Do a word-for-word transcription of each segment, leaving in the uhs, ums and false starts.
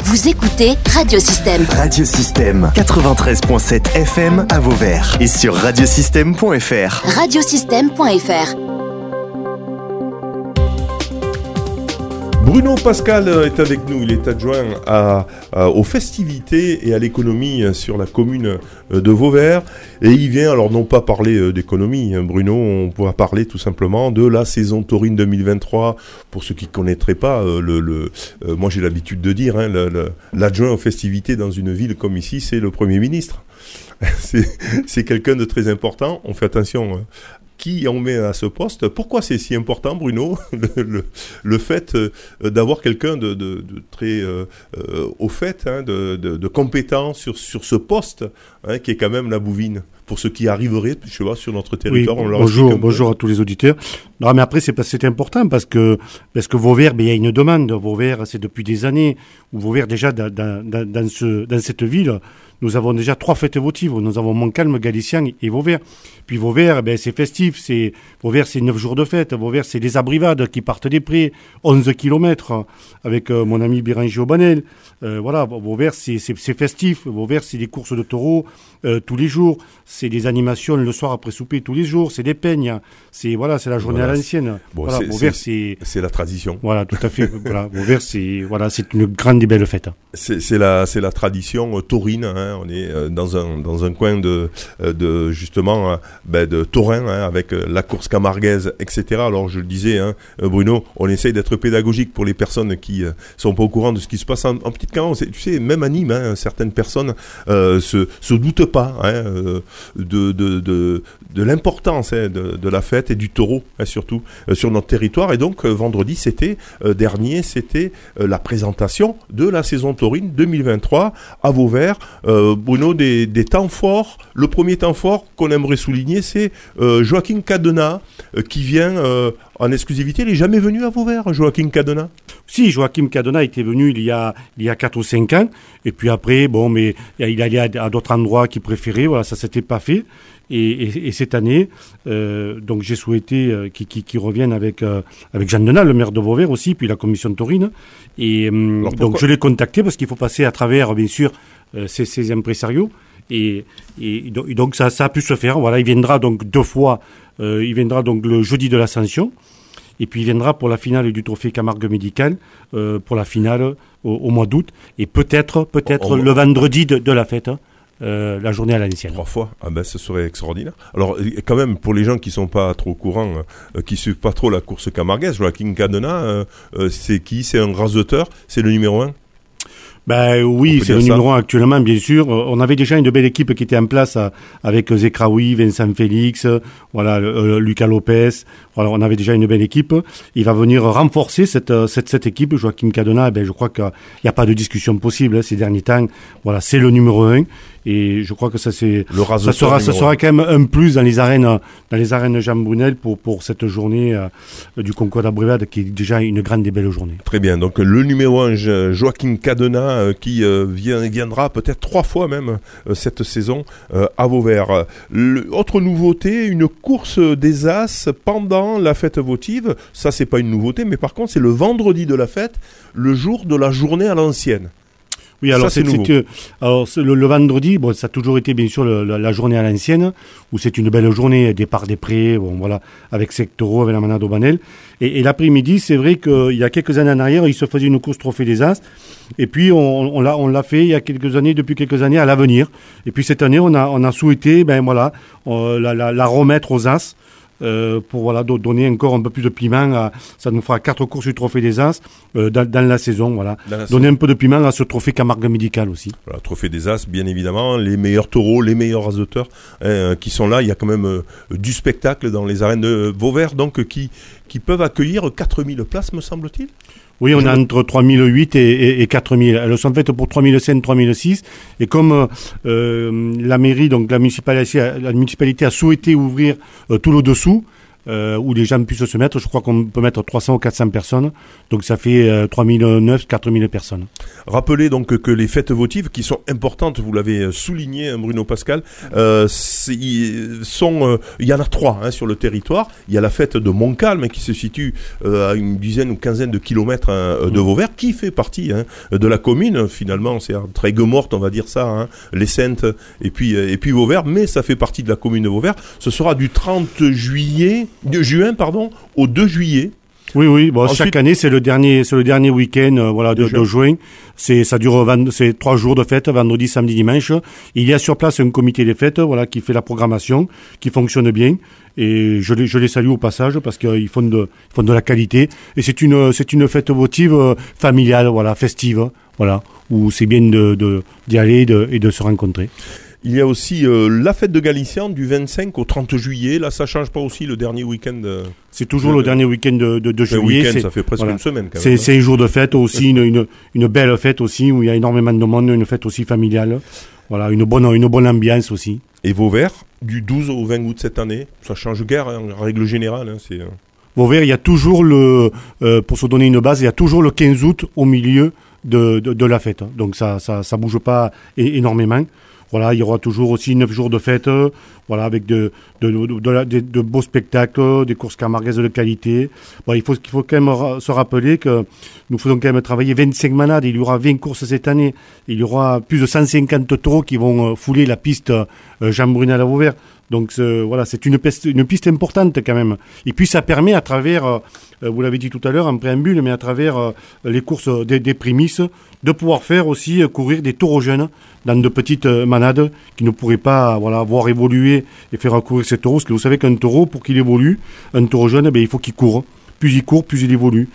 Vous écoutez Radiosystème. Radiosystème quatre-vingt-treize virgule sept F M à Vauvert et sur radiosystème point f r. Radiosystème point f r. Bruno Pascal est avec nous, il est adjoint à, à, aux festivités et à l'économie sur la commune de Vauvert. Et il vient, alors non pas parler d'économie, hein, Bruno, on pourra parler tout simplement de la saison taurine deux mille vingt-trois. Pour ceux qui ne connaîtraient pas, euh, le, le, euh, moi j'ai l'habitude de dire, hein, le, le, l'adjoint aux festivités dans une ville comme ici, c'est le Premier ministre. c'est, c'est quelqu'un de très important, on fait attention hein. Qui on met à ce poste. Pourquoi c'est si important, Bruno, le, le, le fait euh, d'avoir quelqu'un de, de, de très euh, euh, au fait, hein, de, de, de compétent sur, sur ce poste, hein, qui est quand même la bouvine. Pour ceux qui arriveraient, je sais pas, sur notre territoire, oui, on leur bonjour, bonjour à tous les auditeurs. Non, mais après, c'est pas, c'est important parce que, parce que Vauvert, ben, il y a une demande. Vauvert, c'est depuis des années où Vauvert, déjà, dans, dans, dans ce, dans cette ville, nous avons déjà trois fêtes votives. Nous avons Montcalm, Galician et Vauvert. Puis Vauvert, ben, c'est festif. C'est, Vauvert, c'est neuf jours de fête. Vauvert, c'est des abrivades qui partent des prés. onze kilomètres avec euh, mon ami Béranger Aubanel. Euh, voilà, Vauvert, c'est, c'est, c'est festif. Vauvert, c'est des courses de taureaux euh, tous les jours. C'est des animations le soir après souper tous les jours. C'est des peignes. C'est, voilà, c'est la journée voilà, à l'ancienne. Bon, voilà, c'est, Vauvert, c'est, c'est, c'est la tradition. Voilà, tout à fait. Voilà, Vauvert, c'est, voilà, c'est une grande et belle fête. C'est, c'est la, c'est la tradition euh, taurine. Hein. On est euh, dans un, dans un coin de, euh, de justement, euh, ben, de taurin, hein, avec euh, la course camarguaise, et cetera. Alors, je le disais, hein, Bruno, on essaye d'être pédagogique pour les personnes qui euh, sont pas au courant de ce qui se passe en, en petite camp. Tu sais, même à Nîmes, hein, certaines personnes euh, se, se doutent pas, hein, euh, de, de, de, de l'importance hein, de, de la fête et du taureau, hein, surtout euh, sur notre territoire. Et donc, euh, vendredi, c'était euh, dernier, c'était euh, la présentation de la saison taurine deux mille vingt-trois à Vauvert. Euh, Bruno, des, des temps forts. Le premier temps fort qu'on aimerait souligner, c'est euh, Joaquin Cadena euh, qui vient euh, en exclusivité. Il n'est jamais venu à Vauvert, Joaquin Cadena. Si, Joaquin Cadena était venu il y a il y a quatre ou cinq ans. Et puis après, bon, mais il allait à, à d'autres endroits qu'il préférait. Voilà, ça s'était pas fait. Et, et, et cette année, euh, donc j'ai souhaité euh, qu'il, qu'il, qu'il revienne avec euh, avec Jean Denat, le maire de Vauvert aussi, puis la commission de taurine. Et euh, donc je l'ai contacté parce qu'il faut passer à travers, bien sûr, euh, ces, ces impresarios. Et, et, et donc ça, ça a pu se faire. Voilà, il viendra donc deux fois. Euh, il viendra donc le jeudi de l'Ascension. Et puis il viendra pour la finale du trophée Camargue médical, euh, pour la finale au, au mois d'août. Et peut-être, peut-être oh, oh, le vendredi de, de la fête. Hein. Euh, la journée à l'ancienne. Trois fois, ah ben ce serait extraordinaire. Alors quand même pour les gens qui sont pas trop au courant, euh, qui suivent pas trop la course camarguaise, Joaquin Cadena, euh, euh, c'est qui? C'est un raseteur, c'est le numéro un. Ben oui, c'est le ça. numéro un actuellement, bien sûr. On avait déjà une belle équipe qui était en place euh, avec Zekraoui, Vincent Félix, euh, voilà, euh, Lucas Lopez. Voilà, on avait déjà une belle équipe. Il va venir renforcer cette cette cette équipe. Joaquin Cadena, ben je crois qu'il n'y a pas de discussion possible hein, ces derniers temps. Voilà, c'est le numéro un. Et je crois que ça c'est le ça sera ça sera quand même un plus dans les arènes dans les arènes Jean Brunel pour pour cette journée euh, du concours d'abrivade qui est déjà une grande et belle journée. Très bien. Donc le numéro un Joaquin Cadena euh, qui euh, vient, viendra peut-être trois fois même euh, cette saison euh, à Vauvert. Le, autre nouveauté, une course des As pendant la fête votive. Ça c'est pas une nouveauté, mais par contre c'est le vendredi de la fête, le jour de la journée à l'ancienne. Oui, alors ça, c'est, c'est, c'est, alors c'est le, le vendredi, bon, ça a toujours été bien sûr le, la, la journée à l'ancienne, où c'est une belle journée, départ des prés, bon voilà, avec Sectoro, avec la manade Aubanel. Et, et l'après-midi, c'est vrai qu'il y a quelques années en arrière, il se faisait une course trophée des As. Et puis on, on l'a, on l'a fait il y a quelques années, depuis quelques années à l'avenir. Et puis cette année, on a, on a souhaité, ben voilà, euh, la, la, la remettre aux As. Euh, pour voilà do- donner encore un peu plus de piment à, ça nous fera quatre courses du trophée des As euh, dans, dans la saison voilà la donner saison. Un peu de piment à ce trophée Camargue médical aussi. Voilà, trophée des As bien évidemment, les meilleurs taureaux, les meilleurs raseteurs hein, qui sont là. Il y a quand même euh, du spectacle dans les arènes de Vauvert donc qui, qui peuvent accueillir quatre mille places me semble-t-il. Oui, on a entre trois mille huit et, et, et quatre mille. Elles sont faites pour trois mille cinq, trois mille six. Et comme euh, la mairie, donc la municipalité, la municipalité a souhaité ouvrir euh, tout le dessous, euh, où les gens puissent se mettre. Je crois qu'on peut mettre trois cents ou quatre cents personnes. Donc ça fait euh, trois mille neuf, quatre mille personnes. Rappelez donc que les fêtes votives, qui sont importantes, vous l'avez souligné, hein, Bruno Pascal, euh, il, sont, euh, il y en a trois hein, sur le territoire. Il y a la fête de Montcalm, qui se situe euh, à une dizaine ou quinzaine de kilomètres hein, de Vauvert, qui fait partie hein, de la commune. Finalement, c'est entre Aigues-Mortes, on va dire ça, hein, les Saintes et puis, et puis Vauvert, mais ça fait partie de la commune de Vauvert. Ce sera du trente juillet, de juin pardon, au deux juillet. Oui, oui. Bon, Ensuite, chaque année, c'est le dernier, c'est le dernier week-end, euh, voilà, de, de, juin. de juin. C'est, ça dure vingt, c'est trois jours de fête, vendredi, samedi, dimanche. Il y a sur place un comité des fêtes, voilà, qui fait la programmation, qui fonctionne bien. Et je les, je les salue au passage parce qu'ils font de, ils font de la qualité. Et c'est une, c'est une fête votive euh, familiale, voilà, festive, voilà, où c'est bien de, de, d'y aller de, et de se rencontrer. Il y a aussi euh, la fête de Galician du vingt-cinq au trente juillet. Là, ça change pas aussi le dernier week-end. Euh, c'est toujours de, le dernier week-end de, de, de juillet. Week-end, c'est, ça fait presque voilà. une semaine. Quand c'est, même, c'est hein. un jour de fête aussi, une, une, une belle fête aussi où il y a énormément de monde, une fête aussi familiale. Voilà, une bonne, une bonne ambiance aussi. Et Vauvert, du douze au vingt août cette année, ça change guère hein, en règle générale. Hein, c'est, euh... Vauvert, il y a toujours le, euh, pour se donner une base, il y a toujours le quinze août au milieu de, de, de la fête. Donc ça, ça, ça bouge pas é- énormément. Voilà, il y aura toujours aussi neuf jours de fête, voilà, avec de, de, de, de, de, de beaux spectacles, des courses camarguaises de qualité. Bon, il faut, il faut quand même ra- se rappeler que nous faisons quand même travailler vingt-cinq manades. Il y aura vingt courses cette année. Il y aura plus de cent cinquante taureaux qui vont euh, fouler la piste euh, Jean Brunel à Vauvert. Donc euh, voilà, c'est une piste, une piste importante quand même. Et puis ça permet à travers, euh, vous l'avez dit tout à l'heure en préambule, mais à travers euh, les courses des, des prémices, de pouvoir faire aussi euh, courir des taureaux jeunes dans de petites euh, manades qui ne pourraient pas voilà, voir évoluer et faire courir ces taureaux. Parce que vous savez qu'un taureau, pour qu'il évolue, un taureau jeune, ben, il faut qu'il court. Plus il court, plus il évolue.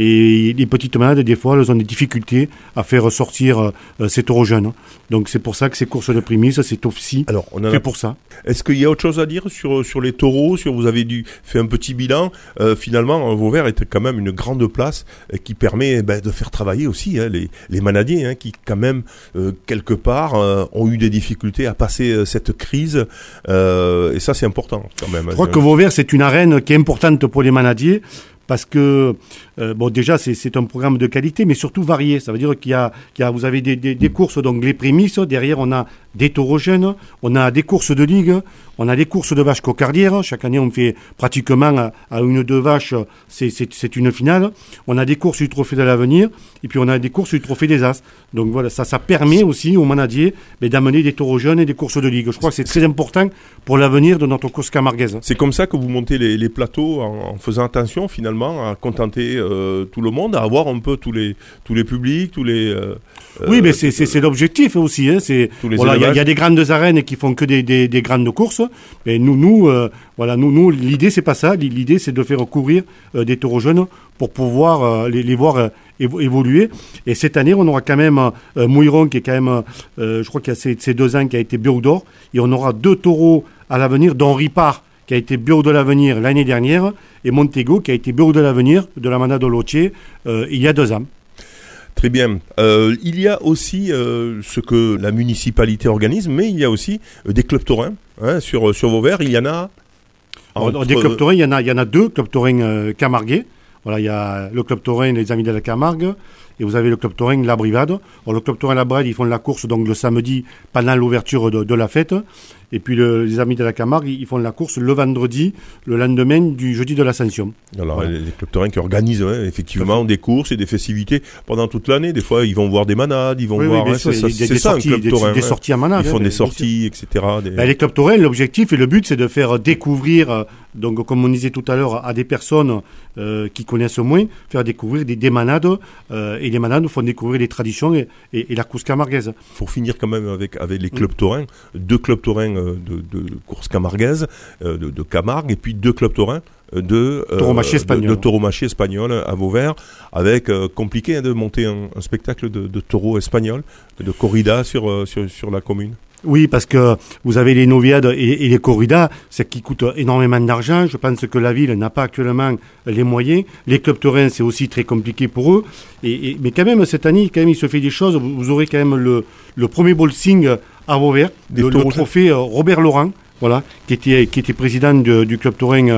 Et les petites manades, des fois, elles ont des difficultés à faire sortir euh, ces taureaux jeunes. Donc c'est pour ça que ces courses de prémices, c'est aussi Alors, on en fait a... pour ça. Est-ce qu'il y a autre chose à dire sur, sur les taureaux sur, vous avez dû fait un petit bilan. Euh, finalement, Vauvert est quand même une grande place euh, qui permet ben, de faire travailler aussi hein, les, les manadiers hein, qui, quand même, euh, quelque part, euh, ont eu des difficultés à passer euh, cette crise. Euh, et ça, c'est important quand même. Je crois que Vauvert, c'est une arène qui est importante pour les manadiers. Parce que, euh, bon, déjà, c'est, c'est un programme de qualité, mais surtout varié. Ça veut dire qu'il y a, qu'il y a vous avez des, des, des courses, donc les prémices. Derrière, on a des taureaux jeunes, on a des courses de ligue, on a des courses de vaches cocardières. Chaque année, on fait pratiquement à, à une ou deux vaches, c'est, c'est, c'est une finale. On a des courses du trophée de l'avenir, et puis on a des courses du trophée des As. Donc voilà, ça, ça permet aussi aux manadiers mais, d'amener des taureaux jeunes et des courses de ligue. Je crois que c'est très important pour l'avenir de notre course camarguaise. C'est comme ça que vous montez les, les plateaux en, en faisant attention finalement à contenter euh, tout le monde, à avoir un peu tous les tous les publics, tous les. Euh, oui, mais c'est, c'est, c'est l'objectif aussi. Hein. C'est voilà, il y, y a des grandes arènes qui font que des, des, des grandes courses. Mais nous, nous, euh, voilà, nous, nous, l'idée c'est pas ça. L'idée c'est de faire courir euh, des taureaux jeunes pour pouvoir euh, les, les voir euh, évoluer. Et cette année, on aura quand même euh, Mouilleron qui est quand même, euh, je crois qu'il y a ces, ces deux ans qui a été Bio d'or, et on aura deux taureaux à l'avenir, dont Ripard qui a été Bio de l'avenir l'année dernière, et Montego qui a été Bio de l'avenir de la manade de Lotier euh, il y a deux ans. Très bien. Euh, il y a aussi euh, ce que la municipalité organise, mais il y a aussi euh, des clubs taurins hein, sur, sur Vauvert. Il y en a... Entre... Des clubs taurins, il y en a, il y en a deux clubs taurins euh, camarguais. Voilà, il y a le club taurin Les Amis de la Camargue et vous avez le club taurin La Brivade. Alors, le club taurin La Brivade, ils font la course donc le samedi pendant l'ouverture de, de la fête. Et puis le, les Amis de la Camargue, ils font la course le vendredi, le lendemain du jeudi de l'Ascension. Alors voilà. les, les clubs taurins qui organisent hein, effectivement des courses et des festivités pendant toute l'année. Des fois, ils vont voir des manades, ils vont oui, voir. Oui, hein, sûr, c'est ça, des, c'est des ça sorties, un club des, taurin. Des hein. sorties à manades. Ils font hein, des sorties, et cetera. Des... Ben, les clubs taurins, l'objectif et le but, c'est de faire découvrir, donc comme on disait tout à l'heure, à des personnes euh, qui connaissent moins, faire découvrir des, des manades. Euh, et les manades font découvrir les traditions et, et, et la course camarguaise. Pour finir quand même avec, avec les clubs taurins, deux clubs taurins euh, de, de course camarguaise, euh, de, de Camargue, et puis deux clubs taurins de euh, tauromachie espagnol. de, de tauromachie espagnole à Vauvert, avec euh, compliqué hein, de monter un, un spectacle de, de taureau espagnol, de corrida sur, euh, sur, sur la commune. Oui, parce que vous avez les noviades et, et les corridas, c'est qui coûte énormément d'argent. Je pense que la ville n'a pas actuellement les moyens. Les clubs taurins, c'est aussi très compliqué pour eux. Et, et, mais quand même, cette année, quand même, il se fait des choses. Vous, vous aurez quand même le, le premier bolsing à Vauvert, le, le trophée Robert Laurent, voilà, qui était, qui était président de, du club taurin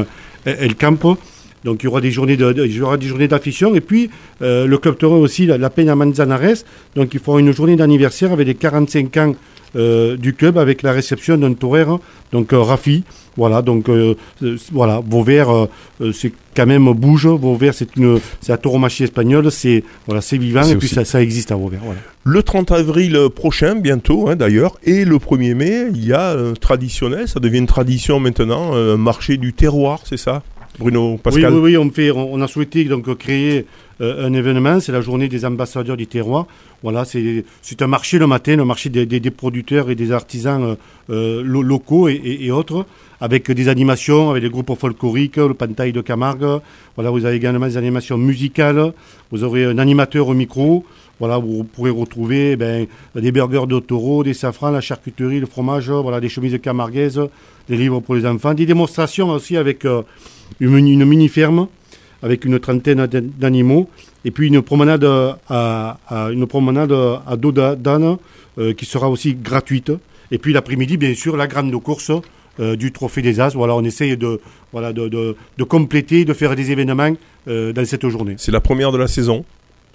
El Campo. Donc il y aura des journées de, de, il y aura des journées d'affichage et puis euh, le club taurin aussi la, la Peña Manzanares. Donc il fera une journée d'anniversaire avec les quarante-cinq ans euh, du club avec la réception d'un torero, donc euh, Rafi. Voilà, donc euh, euh, voilà, Vauvert, euh, c'est quand même bouge. Vauvert, c'est une, c'est la tauromachie espagnole, c'est voilà, c'est vivant c'est et puis ça, ça existe à Vauvert. Voilà. Le trente avril prochain, bientôt, hein, d'ailleurs, et le premier mai, il y a euh, traditionnel, ça devient une tradition maintenant, un euh, marché du terroir, c'est ça, Bruno Pascal? Oui, oui, oui, on fait, on, on a souhaité donc créer euh, un événement, c'est la journée des ambassadeurs du terroir. Voilà, c'est, c'est un marché le matin, le marché des, des, des producteurs et des artisans euh, euh, locaux et, et, et autres, avec des animations, avec des groupes folkloriques, le Pantaille de Camargue. Voilà, vous avez également des animations musicales. Vous aurez un animateur au micro. Voilà, vous pourrez retrouver ben, des burgers de taureau, des safrans, la charcuterie, le fromage, voilà, des chemises camarguaises, des livres pour les enfants, des démonstrations aussi avec euh, une, une mini-ferme, avec une trentaine d'animaux, et puis une promenade à, à, une promenade à dos d'âne euh, qui sera aussi gratuite. Et puis l'après-midi, bien sûr, la grande course euh, du Trophée des As. Voilà, on essaye de, voilà, de, de, de compléter, de faire des événements euh, dans cette journée. C'est la première de la saison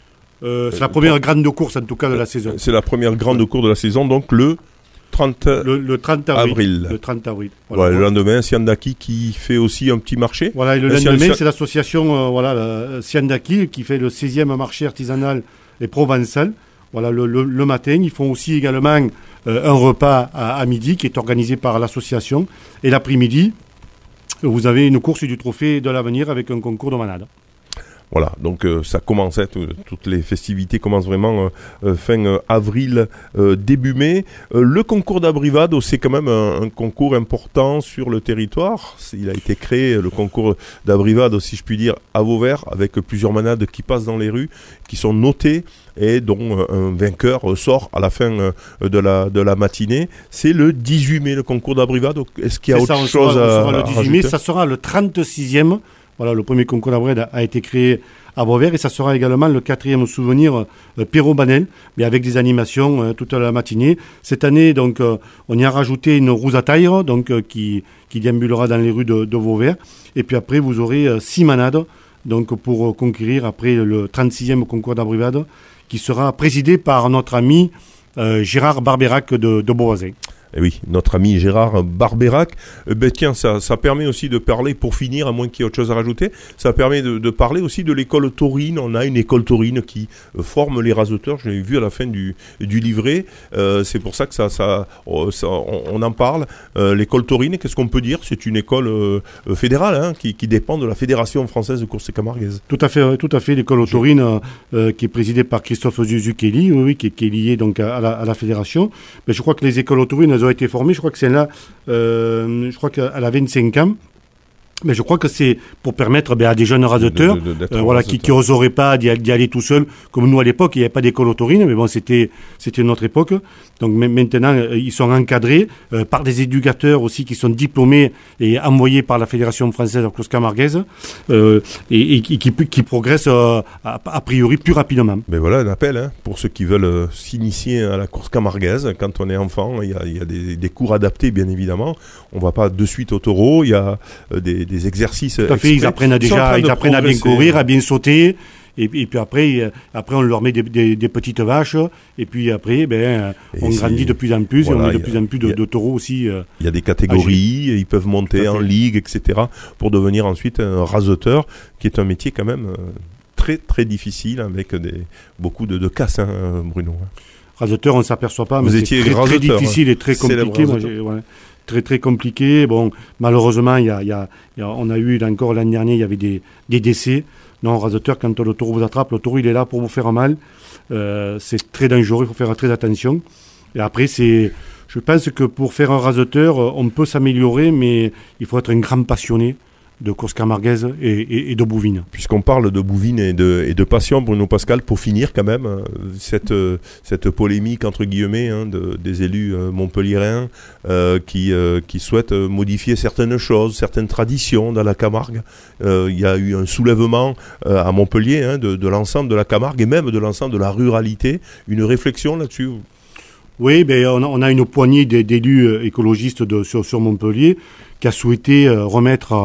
euh, C'est la première grande course, en tout cas, de la saison. C'est la première grande course de la saison, donc le trente le, le trente avril. avril. Le trente avril. Voilà, voilà, le lendemain, Siandaki qui fait aussi un petit marché. Voilà, et le la lendemain, c'est l'association euh, voilà, Siandaki qui fait le seizième marché artisanal et provençal. Voilà, le, le, le matin, ils font aussi également euh, un repas à, à midi qui est organisé par l'association. Et l'après-midi, vous avez une course du trophée de l'avenir avec un concours de manade. Voilà, donc euh, ça commence, hein, tout, toutes les festivités commencent vraiment euh, euh, fin euh, avril, euh, début mai. Euh, le concours d'Abrivado, c'est quand même un, un concours important sur le territoire. C'est, il a été créé, le concours d'Abrivado, si je puis dire, à Vauvert, avec plusieurs manades qui passent dans les rues, qui sont notées et dont euh, un vainqueur sort à la fin euh, de, la, de la matinée. C'est le dix-huit mai, le concours d'Abrivado. Est-ce qu'il y a c'est autre ça, chose sera, à, sera le dix-huit mai, à ça sera le trente-sixième. Voilà, le premier concours d'Abrivado a été créé à Vauvert et ça sera également le quatrième souvenir euh, Perrault-Banel, mais avec des animations euh, toute la matinée. Cette année, donc, euh, on y a rajouté une roue à taille, donc euh, qui, qui déambulera dans les rues de, de Vauvert. Et puis après, vous aurez euh, six manades, donc pour euh, conquérir après le trente-sixième concours d'Abrivado, qui sera présidé par notre ami euh, Gérard Barberac de, de Beauvoisin. Eh oui, notre ami Gérard Barberac. Euh, ben tiens, ça, ça permet aussi de parler, pour finir, à moins qu'il y ait autre chose à rajouter, ça permet de, de parler aussi de l'école taurine. On a une école taurine qui euh, forme les raseteurs. Je l'ai vu à la fin du, du livret. Euh, c'est pour ça que ça, ça, oh, ça on, on en parle. Euh, l'école taurine, qu'est-ce qu'on peut dire? C'est une école euh, fédérale hein, qui, qui dépend de la Fédération française de course camarguaise. Tout à fait, tout à fait. L'école taurine euh, qui est présidée par Christophe Zuzuchelli, oui, qui, qui est liée donc à, à, la, à la fédération. Mais je crois que les écoles taurines ont été formées, je crois que c'est là, euh, je crois qu'elle a vingt-cinq ans. Mais je crois que c'est pour permettre ben, à des jeunes raseteurs, de, de, de, euh, voilà, qui n'oseraient pas d'y, d'y aller tout seuls, comme nous à l'époque, il n'y avait pas d'école taurine, mais bon, c'était, c'était notre époque. Donc maintenant, euh, ils sont encadrés euh, par des éducateurs aussi qui sont diplômés et envoyés par la Fédération française de course camarguaise euh, et, et qui, qui, qui progressent euh, a, a priori plus rapidement. Mais voilà un appel hein, pour ceux qui veulent euh, s'initier à la course camarguaise. Quand on est enfant, il y a, il y a des, des cours adaptés, bien évidemment. On ne va pas de suite au taureau. Il y a euh, des des exercices. Tout à fait, ils apprennent à déjà, ils apprennent à bien courir, à bien sauter, et, et puis après, après on leur met des, des, des petites vaches, et puis après, ben, et on grandit de plus en plus, voilà, et on met de a, plus en plus de, a, de taureaux aussi. Euh, il y a des catégories, âgés. Ils peuvent monter en ligue, et cetera, pour devenir ensuite un raseteur, qui est un métier quand même euh, très très difficile, avec des, beaucoup de, de casse, hein, Bruno. Raseteur, on ne s'aperçoit pas, Vous mais étiez c'est très, très difficile hein. et très compliqué. Moi, j'ai, ouais. Très très compliqué. Bon, malheureusement, il y a, il y a, il y a, on a eu encore l'année dernière, il y avait des, des décès. Non, raseteur, quand le taureau vous attrape, le taureau il est là pour vous faire mal. Euh, c'est très dangereux, il faut faire très attention. Et après, c'est, je pense que pour faire un raseteur, on peut s'améliorer, mais il faut être un grand passionné de course camarguaise et, et, et de bouvines. Puisqu'on parle de bouvines et de, et de passion, Bruno Pascal, pour finir quand même, cette, cette polémique entre guillemets hein, de, des élus euh, montpelliérains euh, qui, euh, qui souhaitent modifier certaines choses, certaines traditions dans la Camargue. Euh, il y a eu un soulèvement euh, à Montpellier hein, de, de l'ensemble de la Camargue et même de l'ensemble de la ruralité. Une réflexion là-dessus? Oui, ben, on, a, on a une poignée d'élus écologistes de, sur, sur Montpellier qui a souhaité euh, remettre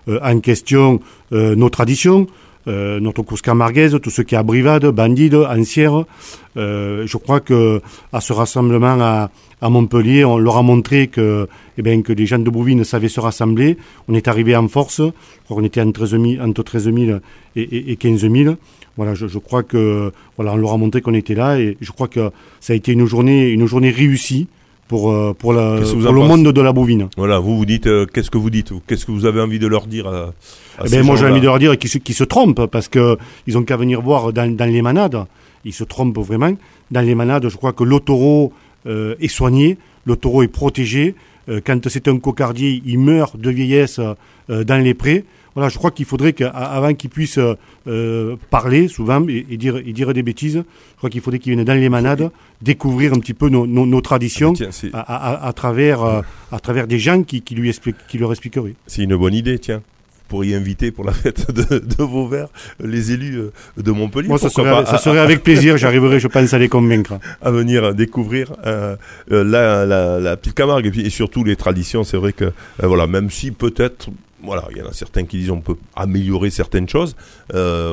euh, en question euh, nos traditions, euh, notre course camarguaise, tout ce qui est abrivade, bandide, ancière. Euh, je crois que à ce rassemblement à, à Montpellier, on leur a montré que, eh bien, que les gens de Bouvines savaient se rassembler. On est arrivé en force. Je crois qu'on était entre treize mille, entre treize mille et, et, et quinze mille. Voilà, je, je crois que voilà, on leur a montré qu'on était là et je crois que ça a été une journée, une journée réussie pour pour, la, pour le monde de la bovine. Voilà, vous vous dites, euh, qu'est-ce que vous dites, qu'est-ce que vous avez envie de leur dire à, à eh ces ben, moi, j'ai gens-là? envie de leur dire qu'ils se, qu'ils se trompent parce que ils ont qu'à venir voir dans, dans les manades. Ils se trompent vraiment. Dans les manades, je crois que le taureau euh, est soigné, le taureau est protégé. Euh, quand c'est un cocardier, il meurt de vieillesse euh, dans les prés. Voilà, je crois qu'il faudrait qu'avant qu'il puisse euh, parler souvent et, et, dire, et dire des bêtises, je crois qu'il faudrait qu'il vienne dans les manades découvrir un petit peu nos, nos, nos traditions ah, tiens, à, à, à, travers, euh, à travers des gens qui, qui, lui expliquent, qui leur expliqueraient. C'est une bonne idée, tiens. Vous pourriez inviter pour la fête de, de Vauvert les élus de Montpellier. Moi, ça serait, ça serait avec plaisir, j'arriverai, je pense, à les convaincre. À venir découvrir euh, la, la, la petite Camargue et, puis, et surtout les traditions. C'est vrai que, euh, voilà, même si peut-être... Voilà, il y en a certains qui disent on peut améliorer certaines choses. Euh,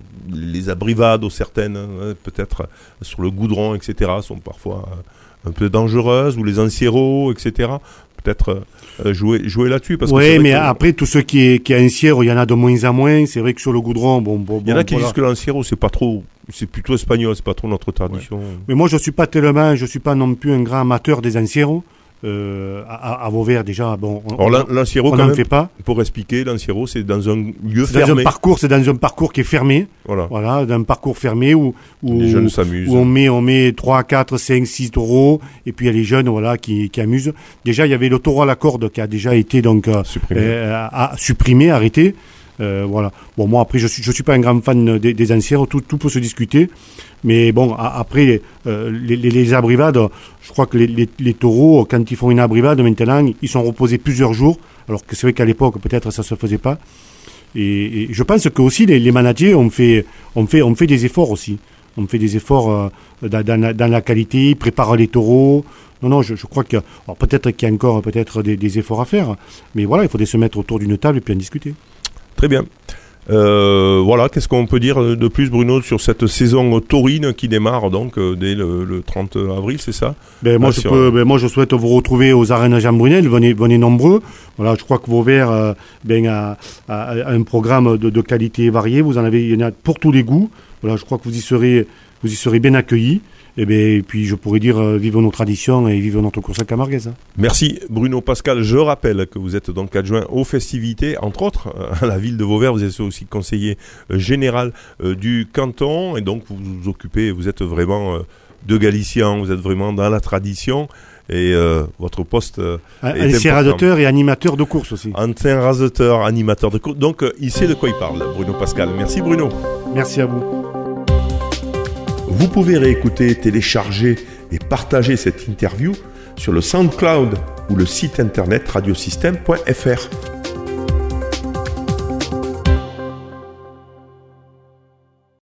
les abrivades, ou certaines, hein, peut-être sur le goudron, et cetera, sont parfois euh, un peu dangereuses, ou les encieros, et cetera. Peut-être euh, jouer, jouer là-dessus. Oui, mais que... après, tout ce qui est, qui est enciero, il y en a de moins en moins. C'est vrai que sur le goudron, bon... bon il y en a bon, qui voilà. disent que l'enciero, c'est pas trop... C'est plutôt espagnol, c'est pas trop notre tradition. Ouais. Mais moi, je suis pas tellement... Je suis pas non plus un grand amateur des encieros. Euh, à, à Vauvert déjà, bon, on, alors l'anciero, on quand même, fait pas. Pour expliquer, l'anciero, c'est dans un lieu c'est fermé. Dans un parcours, c'est dans un parcours qui est fermé. Voilà. Voilà, dans un parcours fermé où, où les jeunes s'amusent. Où on met, on met trois, quatre, cinq, six taureaux et puis il y a les jeunes, voilà, qui, qui amusent. Déjà, il y avait le taureau à la corde qui a déjà été donc supprimé, euh, à, à, supprimé, arrêté. Euh, voilà. Bon, moi après, je suis, je suis pas un grand fan des, des ancières. Tout, tout peut se discuter. Mais bon, a, après, euh, les, les, les abrivades, je crois que les, les, les taureaux, quand ils font une abrivade, maintenant, ils sont reposés plusieurs jours. Alors que c'est vrai qu'à l'époque, peut-être, ça se faisait pas. Et, et je pense que aussi les, les manadiers ont fait, ont fait, ont fait des efforts aussi. On fait des efforts euh, dans, dans, la, dans la qualité, ils préparent les taureaux. Non, non, je, je crois que, alors peut-être qu'il y a encore peut-être des, des efforts à faire. Mais voilà, il faudrait se mettre autour d'une table et puis en discuter. Très bien. Euh, voilà, qu'est-ce qu'on peut dire de plus, Bruno, sur cette saison taurine qui démarre donc euh, dès le, le trente avril, c'est ça? Ben moi, ah, je peux, ben moi, je souhaite vous retrouver aux arènes Jean Brunel. Venez, venez nombreux. Voilà, je crois que Vauvert euh, ben, a, a, a un programme de, de qualité variée. Vous en avez, il y en a pour tous les goûts. Voilà, je crois que vous y serez, vous y serez bien accueillis. Et, ben, et puis je pourrais dire euh, vive nos traditions et vive notre course camarguaise. Merci Bruno Pascal. Je rappelle que vous êtes donc adjoint aux festivités, entre autres à la ville de Vauvert. Vous êtes aussi conseiller euh, général euh, du canton et donc vous vous occupez, vous êtes vraiment euh, de Galicien, vous êtes vraiment dans la tradition. Et euh, votre poste euh, est ancien raseteur et animateur de course aussi. Ancien raseteur, animateur de course. Donc euh, il sait de quoi il parle, Bruno Pascal. Merci Bruno. Merci à vous. Vous pouvez réécouter, télécharger et partager cette interview sur le SoundCloud ou le site internet radiosystème point f r.